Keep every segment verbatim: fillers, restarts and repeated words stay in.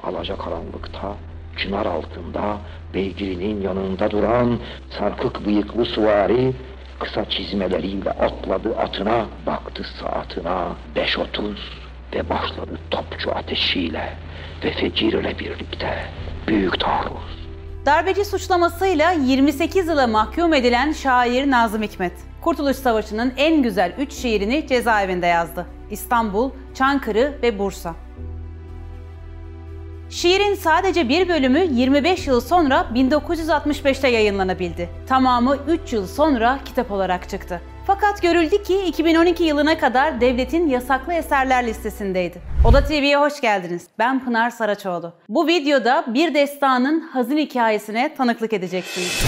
alacakaranlıkta, çınar altında, beygirinin yanında duran sarkık bıyıklı süvari, kısa çizmeleriyle atladı atına, baktı saatine beş otuz ve başladı topçu ateşiyle ve fecirle birlikte büyük taarruz. Darbeci suçlamasıyla yirmi sekiz yıla mahkum edilen şair Nazım Hikmet, Kurtuluş Savaşı'nın en güzel üç şiirini cezaevinde yazdı. İstanbul, Çankırı ve Bursa. Şiirin sadece bir bölümü yirmi beş yıl sonra bin dokuz yüz altmış beşte yayınlanabildi. Tamamı üç yıl sonra kitap olarak çıktı. Fakat görüldü ki iki bin on iki yılına kadar devletin yasaklı eserler listesindeydi. Oda T V'ye hoş geldiniz. Ben Pınar Saraçoğlu. Bu videoda bir destanın hazin hikayesine tanıklık edeceksiniz.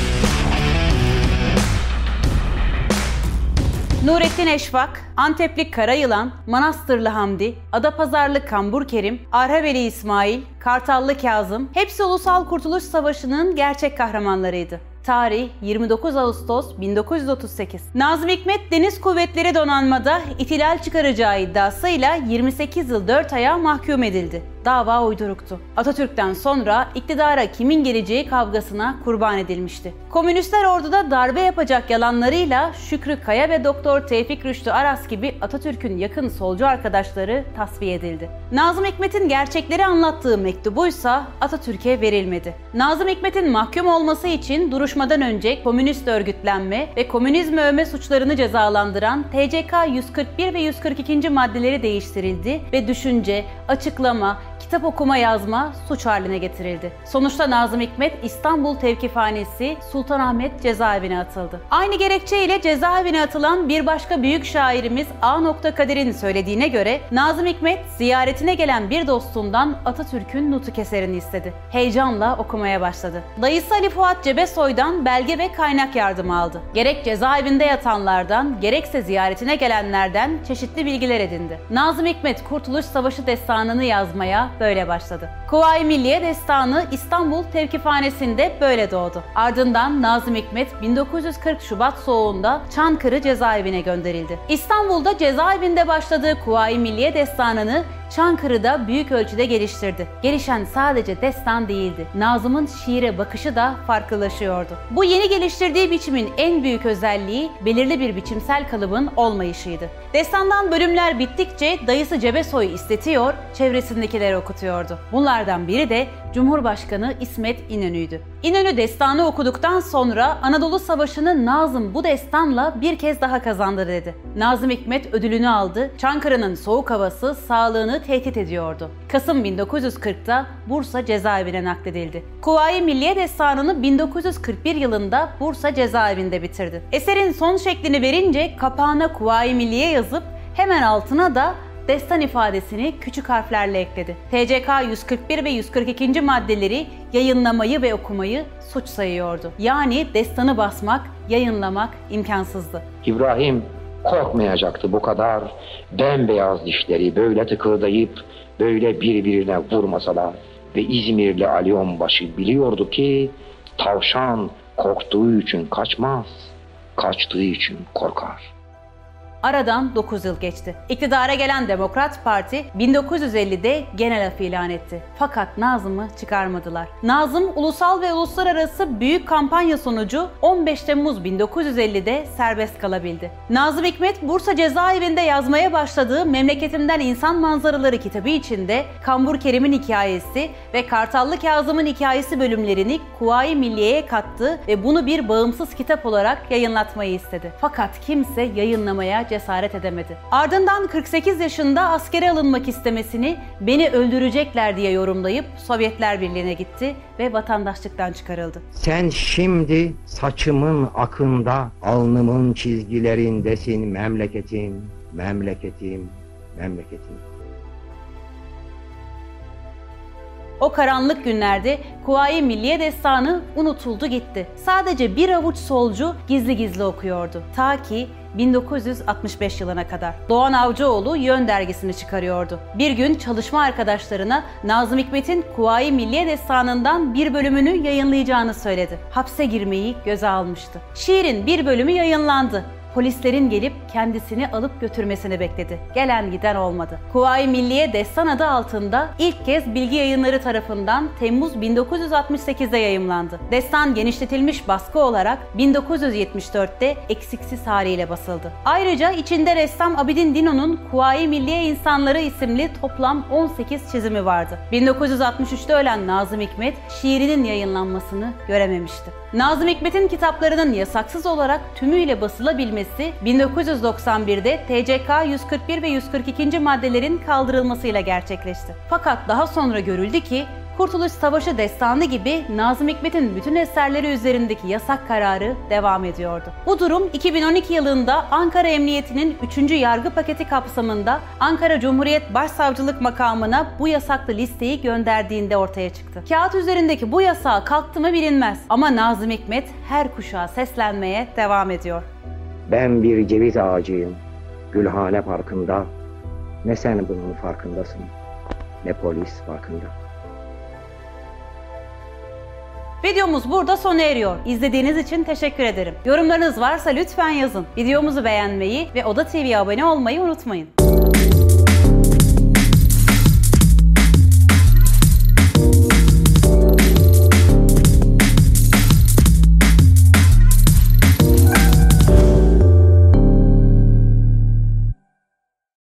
Nurettin Eşvak, Antepli Karayılan, Manastırlı Hamdi, Adapazarlı Kambur Kerim, Arhaveli İsmail, Kartallı Kazım hepsi Ulusal Kurtuluş Savaşı'nın gerçek kahramanlarıydı. Tarih yirmi dokuz Ağustos bin dokuz yüz otuz sekiz. Nazım Hikmet Deniz Kuvvetleri Donanmada ihtilal çıkaracağı iddiasıyla yirmi sekiz yıl dört aya mahkum edildi. Dava uyduruktu. Atatürk'ten sonra iktidara kimin geleceği kavgasına kurban edilmişti. Komünistler orduda darbe yapacak yalanlarıyla Şükrü Kaya ve Doktor Tevfik Rüştü Aras gibi Atatürk'ün yakın solcu arkadaşları tasfiye edildi. Nazım Hikmet'in gerçekleri anlattığı mektubuysa Atatürk'e verilmedi. Nazım Hikmet'in mahkum olması için duruşmadan önce komünist örgütlenme ve komünizmi övme suçlarını cezalandıran T C K yüz kırk bir ve yüz kırk iki. maddeleri değiştirildi ve düşünce, açıklama, kitap okuma yazma suç haline getirildi. Sonuçta Nazım Hikmet İstanbul Tevkifhanesi Sultanahmet cezaevine atıldı. Aynı gerekçeyle cezaevine atılan bir başka büyük şairimiz A. Kadir'in söylediğine göre Nazım Hikmet ziyaretine gelen bir dostundan Atatürk'ün nutuk eserini istedi. Heyecanla okumaya başladı. Dayısı Ali Fuat Cebesoy'dan belge ve kaynak yardımı aldı. Gerek cezaevinde yatanlardan gerekse ziyaretine gelenlerden çeşitli bilgiler edindi. Nazım Hikmet Kurtuluş Savaşı destanını yazmaya böyle başladı. Kuvayi Milliye Destanı İstanbul Tevkifhanesi'nde böyle doğdu. Ardından Nazım Hikmet bin dokuz yüz kırk Şubat soğuğunda Çankırı cezaevine gönderildi. İstanbul'da cezaevinde başladığı Kuvayi Milliye Destanı'nı Çankırı'da büyük ölçüde geliştirdi. Gelişen sadece destan değildi. Nazım'ın şiire bakışı da farklılaşıyordu. Bu yeni geliştirdiği biçimin en büyük özelliği belirli bir biçimsel kalıbın olmayışıydı. Destandan bölümler bittikçe dayısı Cebesoy'u istetiyor, çevresindekileri okutuyordu. Bunlardan biri de Cumhurbaşkanı İsmet İnönü'ydü. İnönü destanı okuduktan sonra Anadolu Savaşı'nı Nazım bu destanla bir kez daha kazandı dedi. Nazım Hikmet ödülünü aldı. Çankırı'nın soğuk havası sağlığını tehdit ediyordu. Kasım bin dokuz yüz kırkta Bursa cezaevine nakledildi. Kuvayi Milliye Destanı'nı bin dokuz yüz kırk bir yılında Bursa cezaevinde bitirdi. Eserin son şeklini verince kapağına Kuvayi Milliye yazıp hemen altına da destan ifadesini küçük harflerle ekledi. T C K yüz kırk bir ve yüz kırk iki. maddeleri yayınlamayı ve okumayı suç sayıyordu. Yani destanı basmak, yayınlamak imkansızdı. İbrahim korkmayacaktı bu kadar. Bembeyaz dişleri böyle tıkırdayıp böyle birbirine vurmasalar ve İzmirli Ali Onbaşı biliyordu ki tavşan korktuğu için kaçmaz, kaçtığı için korkar. Aradan dokuz yıl geçti. İktidara gelen Demokrat Parti bin dokuz yüz ellide genel af ilan etti. Fakat Nazım'ı çıkarmadılar. Nazım ulusal ve uluslararası büyük kampanya sonucu on beş Temmuz bin dokuz yüz ellide serbest kalabildi. Nazım Hikmet Bursa cezaevinde yazmaya başladığı Memleketimden İnsan Manzaraları kitabı içinde Kambur Kerim'in hikayesi ve Kartallı Kazım'ın hikayesi bölümlerini Kuvayi Milliye'ye kattı ve bunu bir bağımsız kitap olarak yayınlatmayı istedi. Fakat kimse yayınlamaya cesaret edemedi. Ardından kırk sekiz yaşında askere alınmak istemesini beni öldürecekler diye yorumlayıp Sovyetler Birliği'ne gitti ve vatandaşlıktan çıkarıldı. Sen şimdi saçımın akında, alnımın çizgilerindesin memleketim, memleketim, memleketim. O karanlık günlerde Kuvayi Milliye Destanı unutuldu gitti. Sadece bir avuç solcu gizli gizli okuyordu. Ta ki bin dokuz yüz altmış beş yılına kadar. Doğan Avcıoğlu Yön dergisini çıkarıyordu. Bir gün çalışma arkadaşlarına Nazım Hikmet'in Kuvayi Milliye Destanı'ndan bir bölümünü yayınlayacağını söyledi. Hapse girmeyi göze almıştı. Şiirin bir bölümü yayınlandı. polislerin gelip kendisini alıp götürmesini bekledi. Gelen giden olmadı. Kuvayi Milliye Destan adı altında ilk kez Bilgi Yayınları tarafından Temmuz bin dokuz yüz altmış sekiz'de yayımlandı. Destan genişletilmiş baskı olarak bin dokuz yüz yetmiş dört'te eksiksiz haliyle basıldı. Ayrıca içinde ressam Abidin Dino'nun Kuvayi Milliye İnsanları isimli toplam on sekiz çizimi vardı. bin dokuz yüz altmış üç'te ölen Nazım Hikmet şiirinin yayınlanmasını görememişti. Nazım Hikmet'in kitaplarının yasaksız olarak tümüyle basılabilmesi bin dokuz yüz doksan bir'de T C K yüz kırk bir ve yüz kırk iki. maddelerin kaldırılmasıyla gerçekleşti. Fakat daha sonra görüldü ki Kurtuluş Savaşı destanı gibi Nazım Hikmet'in bütün eserleri üzerindeki yasak kararı devam ediyordu. Bu durum iki bin on iki yılında Ankara Emniyeti'nin üçüncü yargı paketi kapsamında Ankara Cumhuriyet Başsavcılık makamına bu yasaklı listeyi gönderdiğinde ortaya çıktı. Kağıt üzerindeki bu yasağı kalktı mı bilinmez ama Nazım Hikmet her kuşağa seslenmeye devam ediyor. Ben bir ceviz ağacıyım, Gülhane Parkı'nda. Ne sen bunun farkındasın, ne polis farkında. Videomuz burada sona eriyor. İzlediğiniz için teşekkür ederim. Yorumlarınız varsa lütfen yazın. Videomuzu beğenmeyi ve Oda T V'ye abone olmayı unutmayın.